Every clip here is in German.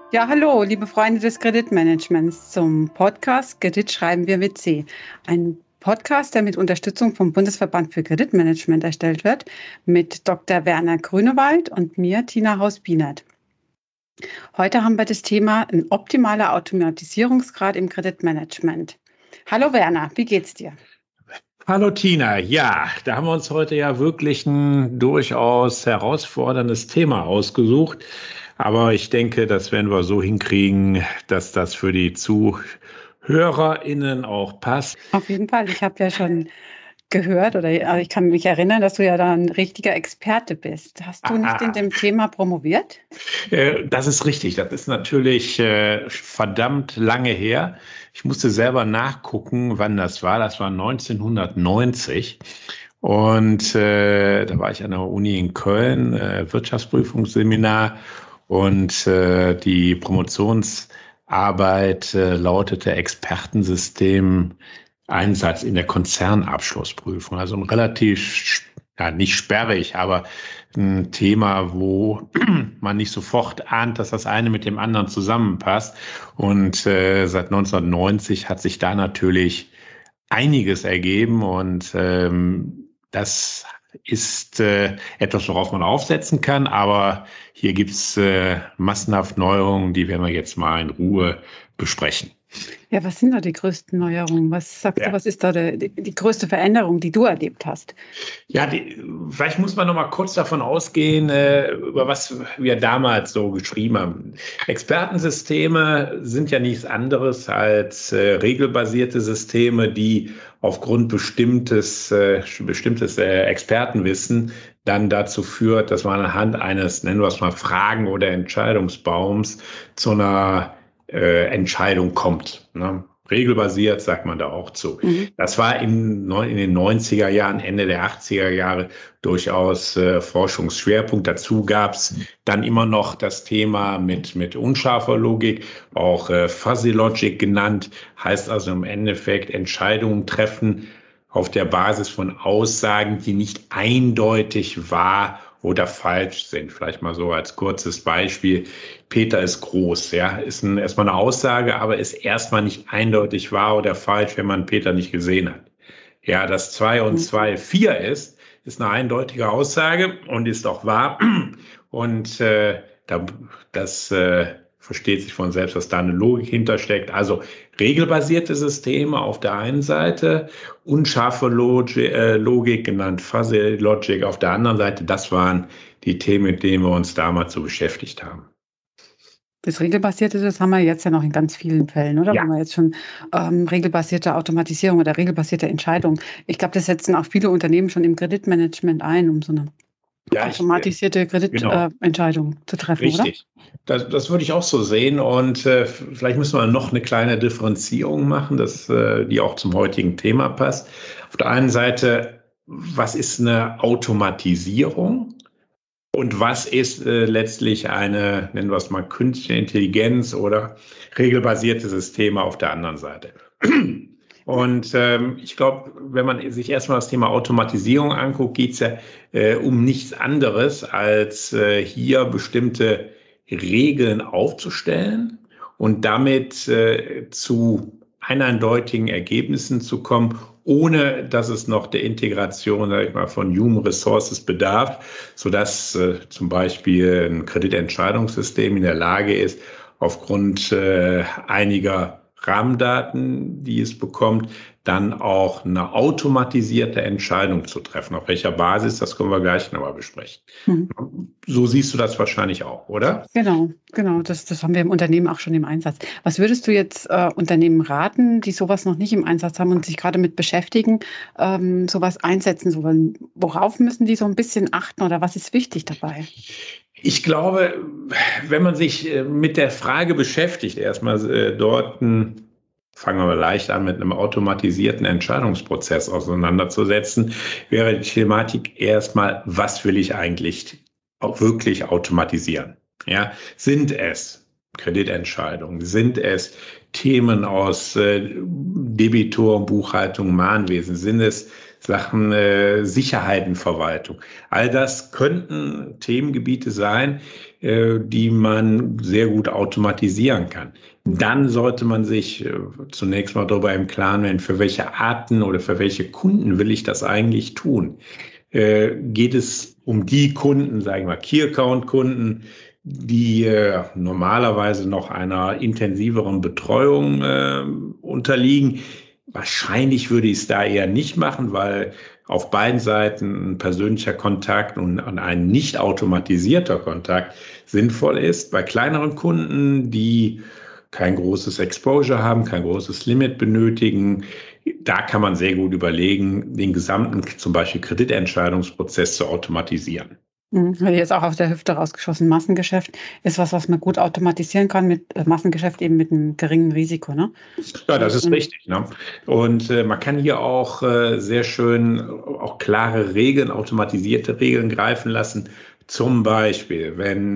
Ja, hallo, liebe Freunde des Kreditmanagements zum Podcast Kredit schreiben wir mit C. Ein Podcast, der mit Unterstützung vom Bundesverband für Kreditmanagement erstellt wird, mit Dr. Werner Grünewald und mir, Tina Haus-Bienert. Heute haben wir das Thema ein optimaler Automatisierungsgrad im Kreditmanagement. Hallo Werner, wie geht's dir? Hallo Tina, ja, da haben wir uns heute ja wirklich ein durchaus herausforderndes Thema ausgesucht. Aber ich denke, das werden wir so hinkriegen, dass das für die ZuhörerInnen auch passt. Auf jeden Fall, ich habe ja schon gehört oder also ich kann mich erinnern, dass du ja da ein richtiger Experte bist. Hast du nicht in dem Thema promoviert? Das ist richtig. Das ist natürlich verdammt lange her. Ich musste selber nachgucken, wann das war. Das war 1990. Und da war ich an der Uni in Köln, Wirtschaftsprüfungsseminar. Und die Promotionsarbeit lautete Expertensystem Einsatz in der Konzernabschlussprüfung. Also ein relativ, ja, nicht sperrig, aber ein Thema, wo man nicht sofort ahnt, dass das eine mit dem anderen zusammenpasst. Und seit 1990 hat sich da natürlich einiges ergeben und das ist etwas, worauf man aufsetzen kann. Aber hier gibt's massenhaft Neuerungen, die werden wir jetzt mal in Ruhe besprechen. Ja, was sind da die größten Neuerungen? Was sagst du, was ist da die größte Veränderung, die du erlebt hast? Ja, vielleicht muss man noch mal kurz davon ausgehen, über was wir damals so geschrieben haben. Expertensysteme sind ja nichts anderes als regelbasierte Systeme, die aufgrund bestimmtes Expertenwissen dann dazu führt, dass man anhand eines, nennen wir es mal, Fragen- oder Entscheidungsbaums zu einer Entscheidung kommt. Ne? Regelbasiert sagt man da auch zu. Das war in den 90er Jahren, Ende der 80er Jahre durchaus Forschungsschwerpunkt. Dazu gab es dann immer noch das Thema mit unscharfer Logik, auch Fuzzy Logic genannt, heißt also im Endeffekt Entscheidungen treffen auf der Basis von Aussagen, die nicht eindeutig wahr oder falsch sind. Vielleicht mal so als kurzes Beispiel. Peter ist groß, ja, ist erstmal eine Aussage, aber ist erstmal nicht eindeutig wahr oder falsch, wenn man Peter nicht gesehen hat. Ja, dass 2 und 2 4 ist eine eindeutige Aussage und ist auch wahr. Und das versteht sich von selbst, dass da eine Logik hintersteckt. Also regelbasierte Systeme auf der einen Seite, unscharfe Logik, genannt Fuzzy Logic auf der anderen Seite. Das waren die Themen, mit denen wir uns damals so beschäftigt haben. Das Regelbasierte, das haben wir jetzt ja noch in ganz vielen Fällen, oder? Ja. Wo wir jetzt schon regelbasierte Automatisierung oder regelbasierte Entscheidung. Ich glaube, das setzen auch viele Unternehmen schon im Kreditmanagement ein, um so eine automatisierte Kreditentscheidung zu treffen, richtig. Oder? Das würde ich auch so sehen. Und vielleicht müssen wir noch eine kleine Differenzierung machen, die auch zum heutigen Thema passt. Auf der einen Seite, was ist eine Automatisierung? Und was ist letztlich eine, nennen wir es mal, künstliche Intelligenz oder regelbasierte Systeme auf der anderen Seite? Und ich glaube, wenn man sich erstmal das Thema Automatisierung anguckt, geht es ja um nichts anderes, als hier bestimmte Regeln aufzustellen und damit zu eindeutigen Ergebnissen zu kommen, ohne dass es noch der Integration, sag ich mal, von Human Resources bedarf, sodass zum Beispiel ein Kreditentscheidungssystem in der Lage ist, aufgrund einiger Rahmendaten, die es bekommt, dann auch eine automatisierte Entscheidung zu treffen. Auf welcher Basis, das können wir gleich nochmal besprechen. So siehst du das wahrscheinlich auch, oder? Genau. Das haben wir im Unternehmen auch schon im Einsatz. Was würdest du jetzt Unternehmen raten, die sowas noch nicht im Einsatz haben und sich gerade mit beschäftigen, sowas einsetzen zu wollen? Worauf müssen die so ein bisschen achten oder was ist wichtig dabei? Ich glaube, wenn man sich mit der Frage beschäftigt, erstmal fangen wir mal leicht an, mit einem automatisierten Entscheidungsprozess auseinanderzusetzen, wäre die Thematik erstmal, was will ich eigentlich auch wirklich automatisieren? Ja, sind es Kreditentscheidungen? Sind es Themen aus Debitor, Buchhaltung, Mahnwesen? Sind es Sachen Sicherheitenverwaltung. All das könnten Themengebiete sein, die man sehr gut automatisieren kann. Dann sollte man sich zunächst mal darüber im Klaren werden, für welche Arten oder für welche Kunden will ich das eigentlich tun. Geht es um die Kunden, sagen wir mal Key-Account-Kunden, die normalerweise noch einer intensiveren Betreuung unterliegen? Wahrscheinlich würde ich es da eher nicht machen, weil auf beiden Seiten ein persönlicher Kontakt und ein nicht automatisierter Kontakt sinnvoll ist. Bei kleineren Kunden, die kein großes Exposure haben, kein großes Limit benötigen, da kann man sehr gut überlegen, den gesamten zum Beispiel Kreditentscheidungsprozess zu automatisieren. Habe ich jetzt auch auf der Hüfte rausgeschossen. Massengeschäft ist was man gut automatisieren kann, mit Massengeschäft eben mit einem geringen Risiko, ne? Ja, das ist richtig, ne? Und man kann hier auch sehr schön auch klare Regeln, automatisierte Regeln greifen lassen. Zum Beispiel,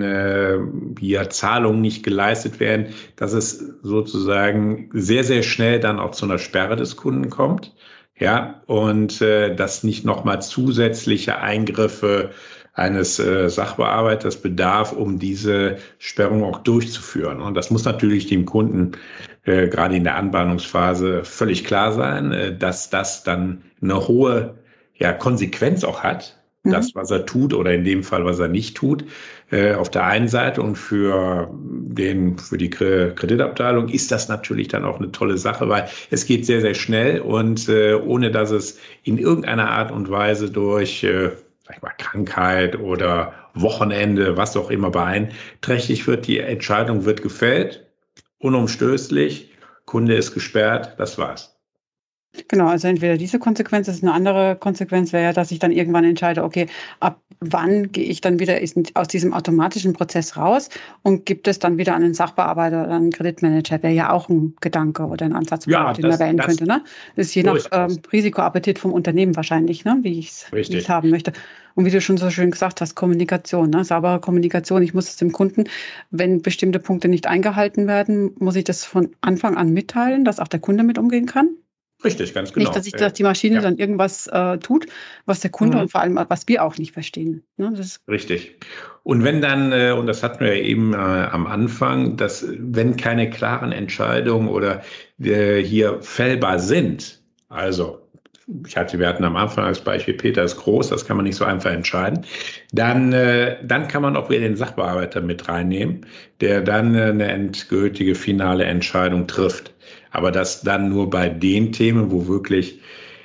wenn hier Zahlungen nicht geleistet werden, dass es sozusagen sehr, sehr schnell dann auch zu einer Sperre des Kunden kommt. Ja, und dass nicht nochmal zusätzliche Eingriffe eines Sachbearbeiters bedarf, um diese Sperrung auch durchzuführen. Und das muss natürlich dem Kunden gerade in der Anbahnungsphase völlig klar sein, dass das dann eine hohe Konsequenz auch hat. Das, was er tut oder in dem Fall, was er nicht tut, auf der einen Seite und für die Kreditabteilung ist das natürlich dann auch eine tolle Sache, weil es geht sehr, sehr schnell und ohne dass es in irgendeiner Art und Weise durch sag ich mal, Krankheit oder Wochenende, was auch immer beeinträchtigt wird, die Entscheidung wird gefällt, unumstößlich, Kunde ist gesperrt, das war's. Genau, also entweder diese Konsequenz ist, eine andere Konsequenz wäre ja, dass ich dann irgendwann entscheide, okay, ab wann gehe ich dann wieder aus diesem automatischen Prozess raus und gibt es dann wieder einen Sachbearbeiter oder einen Kreditmanager, wäre ja auch ein Gedanke oder ein Ansatz, den man wählen könnte. Ne? Das ist je nach Risikoappetit vom Unternehmen wahrscheinlich, ne? Wie ich es haben möchte. Und wie du schon so schön gesagt hast, Kommunikation, ne? Saubere Kommunikation. Ich muss es dem Kunden, wenn bestimmte Punkte nicht eingehalten werden, muss ich das von Anfang an mitteilen, dass auch der Kunde mit umgehen kann. Richtig, ganz genau. Nicht, dass die Maschine dann irgendwas tut, was der Kunde und vor allem, was wir auch nicht verstehen. Ne? Das ist richtig. Und wenn dann, und das hatten wir ja eben am Anfang, dass wenn keine klaren Entscheidungen oder hier fällbar sind, also wir hatten am Anfang als Beispiel, Peter ist groß, das kann man nicht so einfach entscheiden. Dann kann man auch wieder den Sachbearbeiter mit reinnehmen, der dann eine endgültige finale Entscheidung trifft. Aber das dann nur bei den Themen, wo wirklich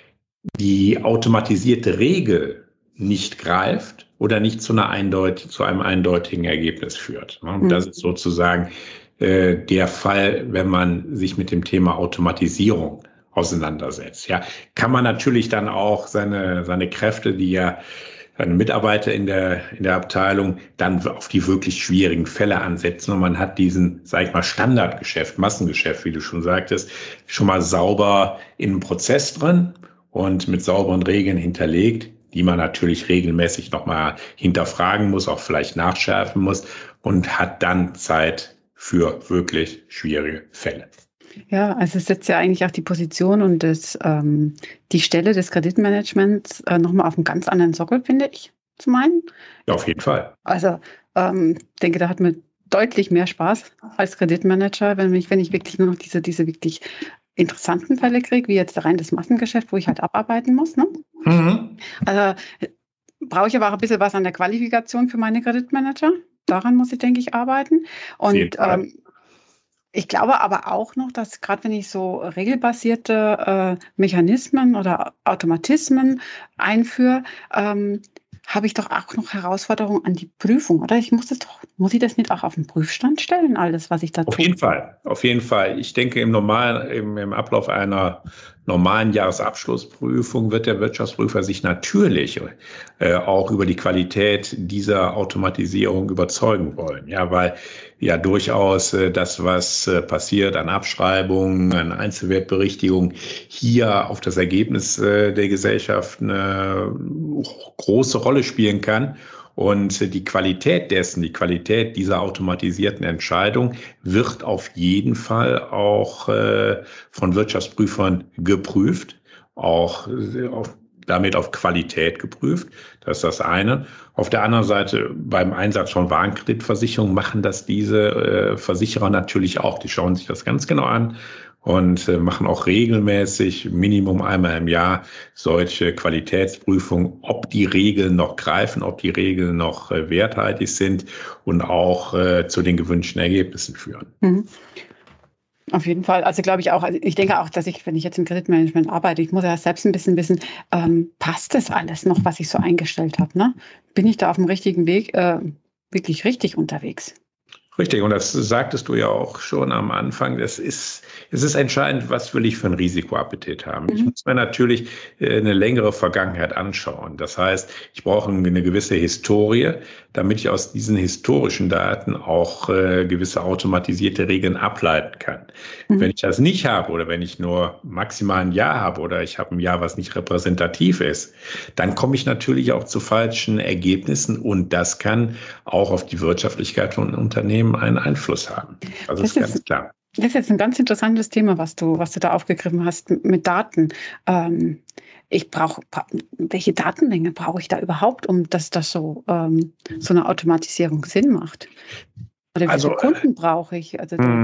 die automatisierte Regel nicht greift oder nicht zu einem eindeutigen Ergebnis führt. Das ist sozusagen der Fall, wenn man sich mit dem Thema Automatisierung auseinandersetzt. Ja, kann man natürlich dann auch seine Kräfte, die ja seine Mitarbeiter in der Abteilung dann auf die wirklich schwierigen Fälle ansetzen und man hat diesen, sag ich mal, Standardgeschäft, Massengeschäft, wie du schon sagtest, schon mal sauber in einem Prozess drin und mit sauberen Regeln hinterlegt, die man natürlich regelmäßig nochmal hinterfragen muss, auch vielleicht nachschärfen muss und hat dann Zeit für wirklich schwierige Fälle. Ja, also es setzt ja eigentlich auch die Position und die Stelle des Kreditmanagements nochmal auf einen ganz anderen Sockel, finde ich, zu meinen. Ja, auf jeden Fall. Also denke, da hat man deutlich mehr Spaß als Kreditmanager, wenn ich wirklich nur noch diese wirklich interessanten Fälle kriege, wie jetzt rein das Massengeschäft, wo ich halt abarbeiten muss. Ne? Also brauche ich aber auch ein bisschen was an der Qualifikation für meine Kreditmanager. Daran muss ich, denke ich, arbeiten. Und ich glaube aber auch noch, dass gerade wenn ich so regelbasierte Mechanismen oder Automatismen einführe, habe ich doch auch noch Herausforderungen an die Prüfung, oder? Muss ich das nicht auch auf den Prüfstand stellen, alles, was ich da tue? Auf jeden Fall. Ich denke, im Ablauf einer normalen Jahresabschlussprüfung wird der Wirtschaftsprüfer sich natürlich auch über die Qualität dieser Automatisierung überzeugen wollen. Ja, weil ja durchaus das, was passiert an Abschreibungen, an Einzelwertberichtigungen, hier auf das Ergebnis der Gesellschaft eine große Rolle spielen kann. Und die Qualität dieser automatisierten Entscheidung wird auf jeden Fall auch von Wirtschaftsprüfern geprüft. Auch damit auf Qualität geprüft. Das ist das eine. Auf der anderen Seite beim Einsatz von Warenkreditversicherungen machen das diese Versicherer natürlich auch. Die schauen sich das ganz genau an und machen auch regelmäßig, Minimum einmal im Jahr, solche Qualitätsprüfungen, ob die Regeln noch greifen, ob die Regeln noch werthaltig sind und auch zu den gewünschten Ergebnissen führen. Mhm. Auf jeden Fall. Also glaube ich auch, also ich denke auch, dass wenn ich jetzt im Kreditmanagement arbeite, ich muss ja selbst ein bisschen wissen, passt das alles noch, was ich so eingestellt habe, ne? Bin ich da auf dem richtigen Weg, wirklich richtig unterwegs? Richtig, und das sagtest du ja auch schon am Anfang. Es ist entscheidend, was will ich für ein Risikoappetit haben. Ich muss mir natürlich eine längere Vergangenheit anschauen. Das heißt, ich brauche eine gewisse Historie, damit ich aus diesen historischen Daten auch gewisse automatisierte Regeln ableiten kann. Wenn ich das nicht habe oder wenn ich nur maximal ein Jahr habe oder ich habe ein Jahr, was nicht repräsentativ ist, dann komme ich natürlich auch zu falschen Ergebnissen und das kann auch auf die Wirtschaftlichkeit von Unternehmen einen Einfluss haben. Das ist ganz klar. Das ist jetzt ein ganz interessantes Thema, was du da aufgegriffen hast mit Daten. Welche Datenmenge brauche ich da überhaupt, um dass das so eine Automatisierung Sinn macht? Oder wie viele Kunden brauche ich?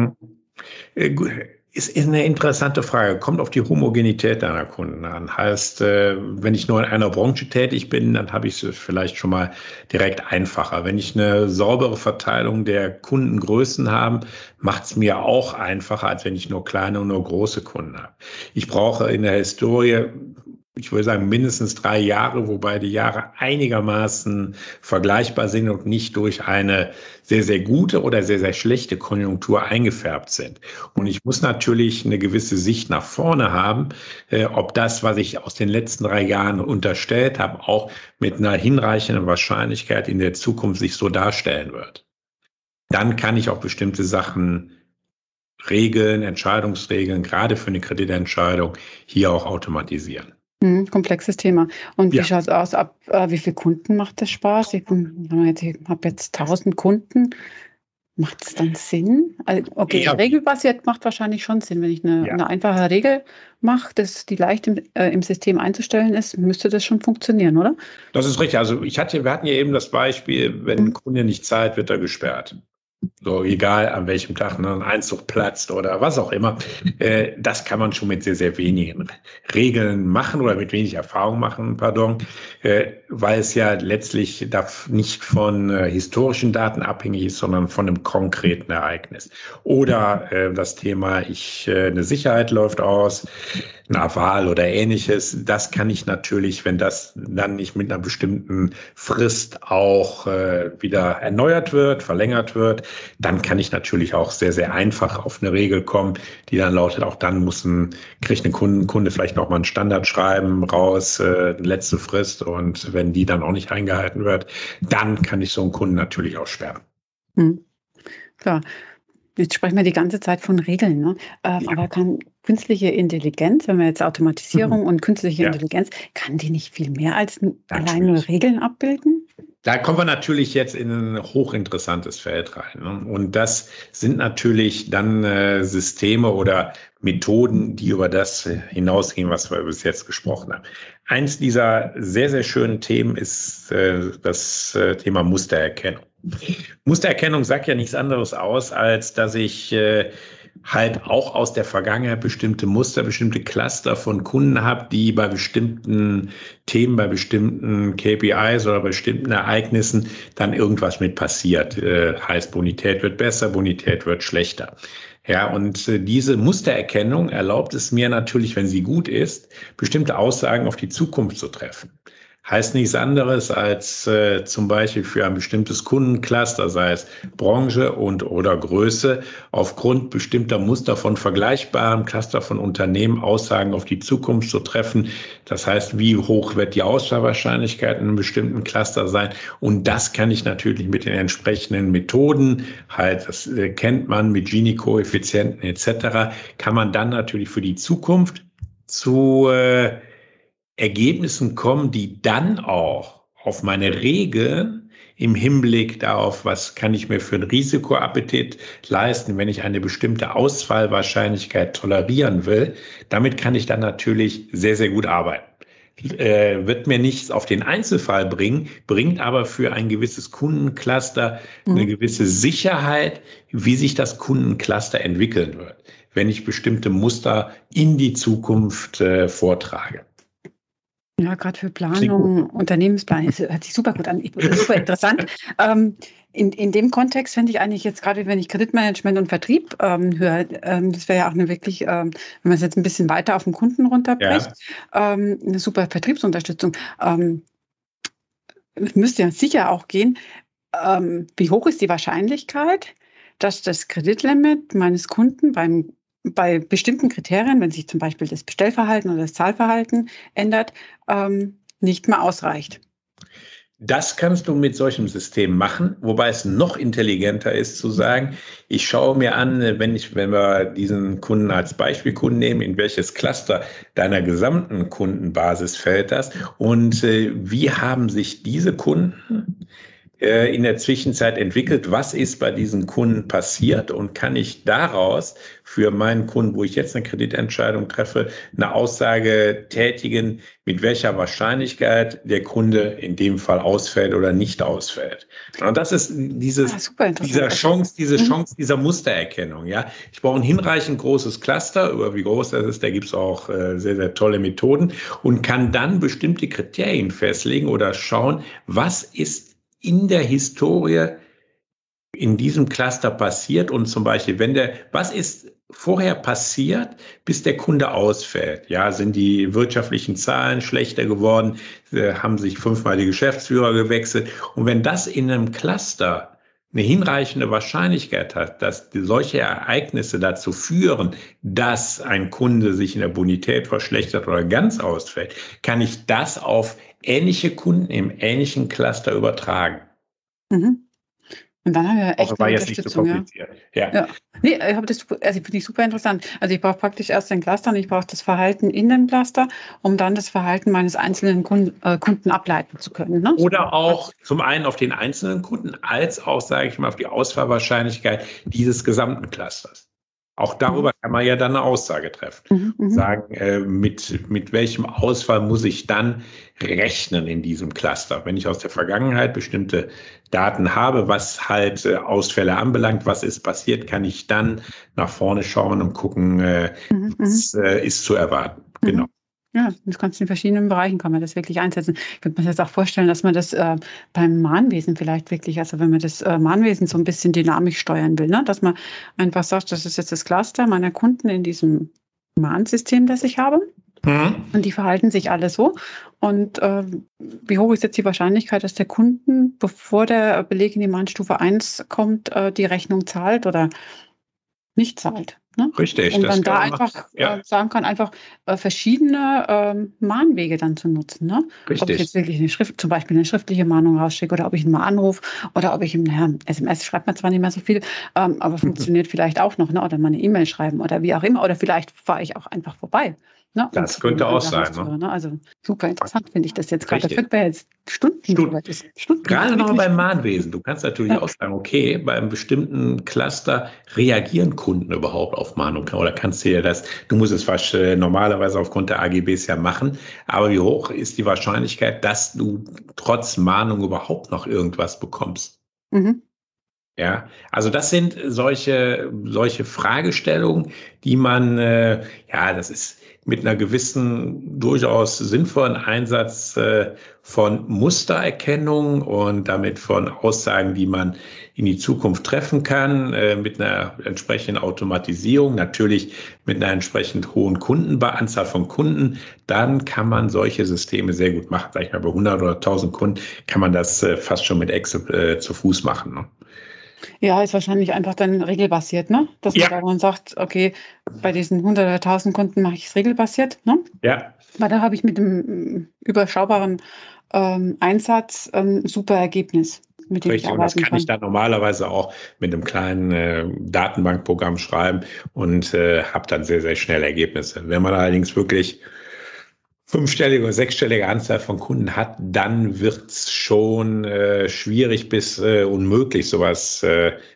Ist eine interessante Frage. Kommt auf die Homogenität deiner Kunden an. Heißt, wenn ich nur in einer Branche tätig bin, dann habe ich es vielleicht schon mal direkt einfacher. Wenn ich eine saubere Verteilung der Kundengrößen habe, macht es mir auch einfacher, als wenn ich nur kleine und nur große Kunden habe. Ich brauche in der Historie, ich würde sagen, mindestens 3 Jahre, wobei die Jahre einigermaßen vergleichbar sind und nicht durch eine sehr, sehr gute oder sehr, sehr schlechte Konjunktur eingefärbt sind. Und ich muss natürlich eine gewisse Sicht nach vorne haben, ob das, was ich aus den letzten 3 Jahren unterstellt habe, auch mit einer hinreichenden Wahrscheinlichkeit in der Zukunft sich so darstellen wird. Dann kann ich auch bestimmte Sachen Regeln, Entscheidungsregeln, gerade für eine Kreditentscheidung, hier auch automatisieren. Komplexes Thema. Und wie schaut es aus? Ab wie viele Kunden macht das Spaß? Ich habe jetzt 1000 Kunden. Macht es dann Sinn? Also, okay, regelbasiert macht wahrscheinlich schon Sinn. Wenn ich eine einfache Regel mache, die leicht im System einzustellen ist, müsste das schon funktionieren, oder? Das ist richtig. Also wir hatten ja eben das Beispiel, wenn ein Kunde nicht zahlt, wird er gesperrt. So, egal an welchem Tag ein Einzug platzt oder was auch immer. Das kann man schon mit sehr, sehr wenigen Regeln machen oder mit wenig Erfahrung machen, weil es ja letztlich nicht von historischen Daten abhängig ist, sondern von einem konkreten Ereignis. Oder das Thema, eine Sicherheit läuft aus, eine Wahl oder Ähnliches. Das kann ich natürlich, wenn das dann nicht mit einer bestimmten Frist auch wieder erneuert wird, verlängert wird, dann kann ich natürlich auch sehr, sehr einfach auf eine Regel kommen, die dann lautet, auch dann kriegt ein Kunde vielleicht noch mal ein Standardschreiben raus, letzte Frist, und wenn die dann auch nicht eingehalten wird, dann kann ich so einen Kunden natürlich auch sperren. Klar. Jetzt sprechen wir die ganze Zeit von Regeln, ne? Aber kann künstliche Intelligenz, wenn wir jetzt Automatisierung und künstliche Intelligenz, kann die nicht viel mehr als allein nur Regeln abbilden? Da kommen wir natürlich jetzt in ein hochinteressantes Feld rein, ne? Und das sind natürlich dann Systeme oder Methoden, die über das hinausgehen, was wir bis jetzt gesprochen haben. Eins dieser sehr, sehr schönen Themen ist das Thema Mustererkennung. Mustererkennung sagt ja nichts anderes aus, als dass ich halt auch aus der Vergangenheit bestimmte Muster, bestimmte Cluster von Kunden habe, die bei bestimmten Themen, bei bestimmten KPIs oder bei bestimmten Ereignissen dann irgendwas mit passiert. Heißt, Bonität wird besser, Bonität wird schlechter. Ja, und diese Mustererkennung erlaubt es mir natürlich, wenn sie gut ist, bestimmte Aussagen auf die Zukunft zu treffen. Heißt nichts anderes als zum Beispiel für ein bestimmtes Kundencluster, sei es Branche oder Größe, aufgrund bestimmter Muster von vergleichbaren Cluster von Unternehmen Aussagen auf die Zukunft zu treffen. Das heißt, wie hoch wird die Ausfallwahrscheinlichkeit in einem bestimmten Cluster sein? Und das kann ich natürlich mit den entsprechenden Methoden, das kennt man mit Gini-Koeffizienten etc., kann man dann natürlich für die Zukunft zu Ergebnissen kommen, die dann auch auf meine Regeln im Hinblick darauf, was kann ich mir für ein Risikoappetit leisten, wenn ich eine bestimmte Ausfallwahrscheinlichkeit tolerieren will, damit kann ich dann natürlich sehr, sehr gut arbeiten. wird mir nichts auf den Einzelfall bringen, bringt aber für ein gewisses Kundencluster eine gewisse Sicherheit, wie sich das Kundencluster entwickeln wird, wenn ich bestimmte Muster in die Zukunft vortrage. Ja, gerade für Planung, Unternehmensplanung, das hört sich super gut an, super interessant. In dem Kontext fände ich eigentlich jetzt gerade, wenn ich Kreditmanagement und Vertrieb höre, das wäre ja auch eine wirklich, wenn man es jetzt ein bisschen weiter auf den Kunden runterbricht, eine super Vertriebsunterstützung. Müsste ja sicher auch gehen, wie hoch ist die Wahrscheinlichkeit, dass das Kreditlimit meines Kunden bei bestimmten Kriterien, wenn sich zum Beispiel das Bestellverhalten oder das Zahlverhalten ändert, nicht mehr ausreicht. Das kannst du mit solchem System machen, wobei es noch intelligenter ist zu sagen, ich schaue mir an, wenn wir diesen Kunden als Beispielkunden nehmen, in welches Cluster deiner gesamten Kundenbasis fällt das und wie haben sich diese Kunden in der Zwischenzeit entwickelt, was ist bei diesen Kunden passiert und kann ich daraus für meinen Kunden, wo ich jetzt eine Kreditentscheidung treffe, eine Aussage tätigen, mit welcher Wahrscheinlichkeit der Kunde in dem Fall ausfällt oder nicht ausfällt. Und das ist diese Chance dieser Mustererkennung. Ja, ich brauche ein hinreichend großes Cluster, über wie groß das ist, da gibt es auch sehr, sehr tolle Methoden und kann dann bestimmte Kriterien festlegen oder schauen, was ist in der Historie in diesem Cluster passiert und zum Beispiel, was ist vorher passiert, bis der Kunde ausfällt? Ja, sind die wirtschaftlichen Zahlen schlechter geworden? Haben sich 5-mal die Geschäftsführer gewechselt? Und wenn das in einem Cluster eine hinreichende Wahrscheinlichkeit hat, dass solche Ereignisse dazu führen, dass ein Kunde sich in der Bonität verschlechtert oder ganz ausfällt, kann ich das auf ähnliche Kunden im ähnlichen Cluster übertragen. Und dann haben wir echt eine Unterstützung. Nicht so kompliziert. Ja. Nee, finde ich super interessant. Also ich brauche praktisch erst den Cluster und ich brauche das Verhalten in dem Cluster, um dann das Verhalten meines einzelnen Kunden ableiten zu können. Ne? Oder auch zum einen auf den einzelnen Kunden, als auch, sage ich mal, auf die Ausfallwahrscheinlichkeit dieses gesamten Clusters. Auch darüber kann man ja dann eine Aussage treffen. Sagen, mit welchem Ausfall muss ich dann rechnen in diesem Cluster? Wenn ich aus der Vergangenheit bestimmte Daten habe, was halt Ausfälle anbelangt, was ist passiert, kann ich dann nach vorne schauen und gucken, was ist zu erwarten. Genau. Ja, das kannst du in verschiedenen Bereichen, kann man das wirklich einsetzen. Ich könnte mir jetzt auch vorstellen, dass man das beim Mahnwesen vielleicht wirklich, also wenn man das Mahnwesen so ein bisschen dynamisch steuern will, ne? Dass man einfach sagt, das ist jetzt das Cluster meiner Kunden in diesem Mahnsystem, das ich habe. Und die verhalten sich alle so. Und wie hoch ist jetzt die Wahrscheinlichkeit, dass der Kunden, bevor der Beleg in die Mahnstufe 1 kommt, die Rechnung zahlt oder nicht zahlt? Ne? Richtig. Und dann da einfach sagen kann, einfach verschiedene Mahnwege dann zu nutzen. Ne? Richtig. Ob ich jetzt wirklich zum Beispiel eine schriftliche Mahnung rausschicke oder ob ich ihn mal anrufe oder ob ich ihm, SMS schreibt man zwar nicht mehr so viel, aber funktioniert vielleicht auch noch, ne? Oder mal eine E-Mail schreiben oder wie auch immer. Oder vielleicht fahre ich auch einfach vorbei. Ne? Das könnte auch sein. Ne? Also super interessant finde ich das jetzt gerade. Da könnte man jetzt Stunden. Gerade noch beim Mahnwesen. Du kannst natürlich auch sagen, okay, bei einem bestimmten Cluster reagieren Kunden überhaupt auf Mahnung oder kannst du dir du musst es fast normalerweise aufgrund der AGBs ja machen, aber wie hoch ist die Wahrscheinlichkeit, dass du trotz Mahnung überhaupt noch irgendwas bekommst? Ja, also das sind solche Fragestellungen, die man, das ist mit einer gewissen, durchaus sinnvollen Einsatz von Mustererkennung und damit von Aussagen, die man in die Zukunft treffen kann, mit einer entsprechenden Automatisierung, natürlich mit einer entsprechend hohen Anzahl von Kunden, dann kann man solche Systeme sehr gut machen. Sag ich mal, bei 100 oder 1000 Kunden kann man das fast schon mit Excel zu Fuß machen. Ne? Ja, ist wahrscheinlich einfach dann regelbasiert, ne? Dass man dann sagt, okay, bei diesen 100 oder 1000 Kunden mache ich es regelbasiert, ne? Ja. Weil da habe ich mit dem überschaubaren Einsatz ein super Ergebnis, mit dem ich arbeiten kann. Und das kann ich dann normalerweise auch mit einem kleinen Datenbankprogramm schreiben und habe dann sehr, sehr schnell Ergebnisse. Wenn man allerdings wirklich 5-stellige oder 6-stellige Anzahl von Kunden hat, dann wird es schon schwierig bis unmöglich, sowas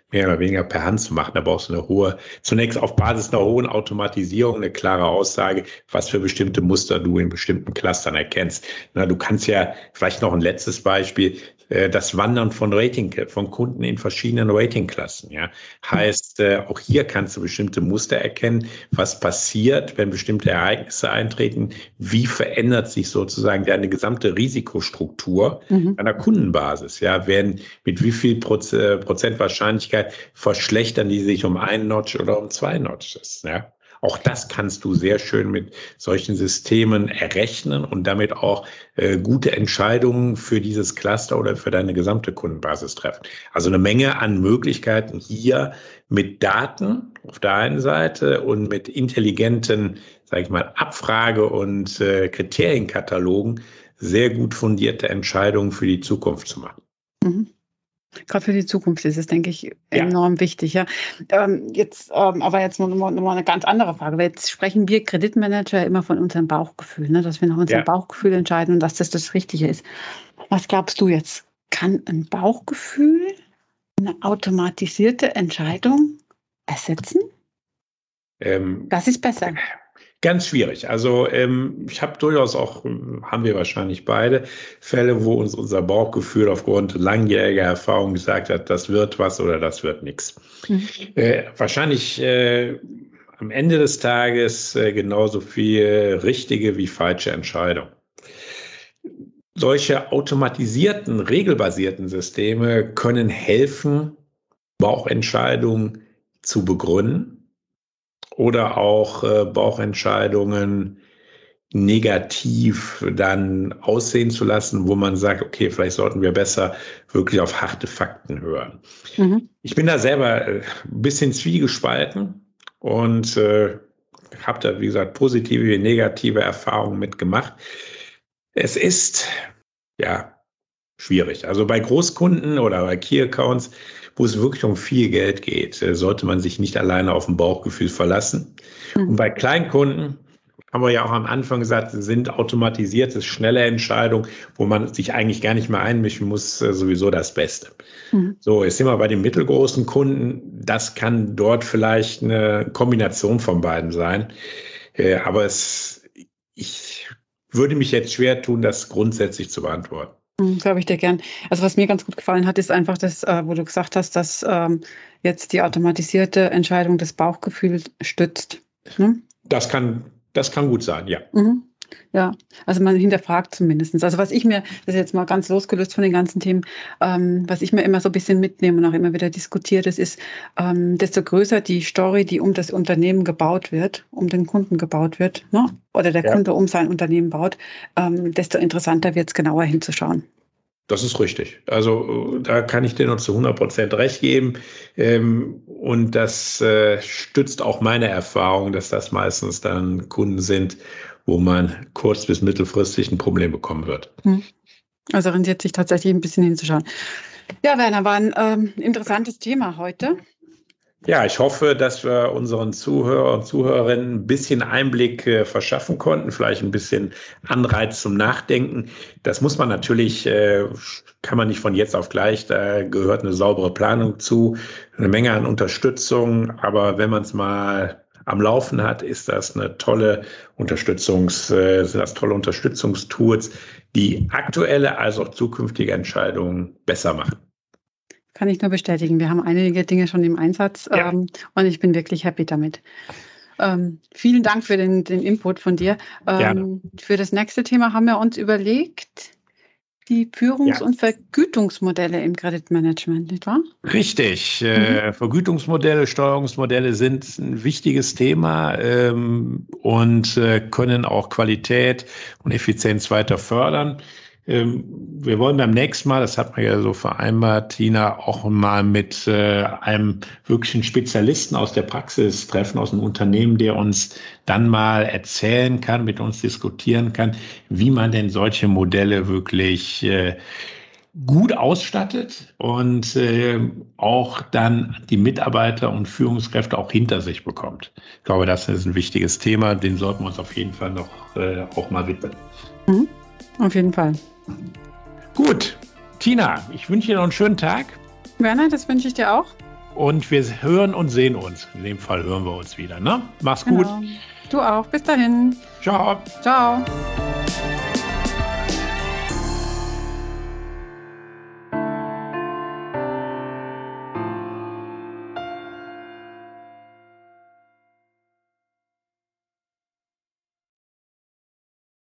mehr oder weniger per Hand zu machen. Da brauchst du zunächst auf Basis einer hohen Automatisierung eine klare Aussage, was für bestimmte Muster du in bestimmten Clustern erkennst. Du kannst ja, vielleicht noch ein letztes Beispiel, das Wandern von Kunden in verschiedenen Ratingklassen. Ja. Heißt, auch hier kannst du bestimmte Muster erkennen, was passiert, wenn bestimmte Ereignisse eintreten, wie verändert sich sozusagen deine gesamte Risikostruktur einer Kundenbasis. Ja, mit wie viel Prozent Wahrscheinlichkeit verschlechtern die sich um 1 Notch oder um 2 Notches. Ja. Auch das kannst du sehr schön mit solchen Systemen errechnen und damit auch gute Entscheidungen für dieses Cluster oder für deine gesamte Kundenbasis treffen. Also eine Menge an Möglichkeiten hier mit Daten auf der einen Seite und mit intelligenten, sage ich mal, Abfrage- und Kriterienkatalogen sehr gut fundierte Entscheidungen für die Zukunft zu machen. Mhm. Gerade für die Zukunft ist es, denke ich, enorm wichtig. Ja. Aber jetzt noch mal eine ganz andere Frage. Weil jetzt sprechen wir Kreditmanager immer von unserem Bauchgefühl, ne? Dass wir nach unserem Bauchgefühl entscheiden und dass das Richtige ist. Was glaubst du jetzt? Kann ein Bauchgefühl eine automatisierte Entscheidung ersetzen? Das ist besser. Ganz schwierig. Also ich habe durchaus auch, haben wir wahrscheinlich beide, Fälle, wo uns unser Bauchgefühl aufgrund langjähriger Erfahrung gesagt hat, das wird was oder das wird nichts. Wahrscheinlich am Ende des Tages genauso viel richtige wie falsche Entscheidung. Solche automatisierten, regelbasierten Systeme können helfen, Bauchentscheidungen zu begründen. Oder auch Bauchentscheidungen negativ dann aussehen zu lassen, wo man sagt, okay, vielleicht sollten wir besser wirklich auf harte Fakten hören. Ich bin da selber ein bisschen zwiegespalten und habe da, wie gesagt, positive wie negative Erfahrungen mitgemacht. Es ist, schwierig. Also bei Großkunden oder bei Key-Accounts, wo es wirklich um viel Geld geht, sollte man sich nicht alleine auf ein Bauchgefühl verlassen. Und bei Kleinkunden, haben wir ja auch am Anfang gesagt, sind automatisierte, schnelle Entscheidungen, wo man sich eigentlich gar nicht mehr einmischen muss, sowieso das Beste. So, jetzt sind wir bei den mittelgroßen Kunden. Das kann dort vielleicht eine Kombination von beiden sein. Aber ich würde mich jetzt schwer tun, das grundsätzlich zu beantworten. Glaube ich dir gern. Also was mir ganz gut gefallen hat, ist einfach das, wo du gesagt hast, dass jetzt die automatisierte Entscheidung das Bauchgefühl stützt. Ne? Das kann gut sein, ja. Ja, also man hinterfragt zumindest. Also was ich mir, das ist jetzt mal ganz losgelöst von den ganzen Themen, was ich mir immer so ein bisschen mitnehme und auch immer wieder diskutiere, das ist, desto größer die Story, die um das Unternehmen gebaut wird, um den Kunden gebaut wird, ne? Oder der Kunde um sein Unternehmen baut, desto interessanter wird es, genauer hinzuschauen. Das ist richtig. Also da kann ich dir noch zu 100% recht geben. Und das stützt auch meine Erfahrung, dass das meistens dann Kunden sind, wo man kurz- bis mittelfristig ein Problem bekommen wird. Also rentiert sich tatsächlich ein bisschen hinzuschauen. Ja, Werner, war ein interessantes Thema heute. Ja, ich hoffe, dass wir unseren Zuhörer und Zuhörerinnen ein bisschen Einblick verschaffen konnten, vielleicht ein bisschen Anreiz zum Nachdenken. Das muss man natürlich, kann man nicht von jetzt auf gleich, da gehört eine saubere Planung zu, eine Menge an Unterstützung, aber wenn man es mal am Laufen hat, ist das eine tolle tolle Unterstützungstools, die aktuelle als auch zukünftige Entscheidungen besser machen. Kann ich nur bestätigen. Wir haben einige Dinge schon im Einsatz und ich bin wirklich happy damit. Vielen Dank für den Input von dir. Für das nächste Thema haben wir uns überlegt, die Führungs- und Vergütungsmodelle im Kreditmanagement, nicht wahr? Richtig. Vergütungsmodelle, Steuerungsmodelle sind ein wichtiges Thema und können auch Qualität und Effizienz weiter fördern. Wir wollen beim nächsten Mal, das hat man ja so vereinbart, Tina, auch mal mit einem wirklichen Spezialisten aus der Praxis treffen, aus einem Unternehmen, der uns dann mal erzählen kann, mit uns diskutieren kann, wie man denn solche Modelle wirklich gut ausstattet und auch dann die Mitarbeiter und Führungskräfte auch hinter sich bekommt. Ich glaube, das ist ein wichtiges Thema, dem sollten wir uns auf jeden Fall noch auch mal widmen. Auf jeden Fall. Gut, Tina, ich wünsche dir noch einen schönen Tag. Werner, das wünsche ich dir auch. und wir hören und sehen uns. In dem Fall hören wir uns wieder. Ne? Mach's gut. Du auch. Bis dahin. Ciao. Ciao.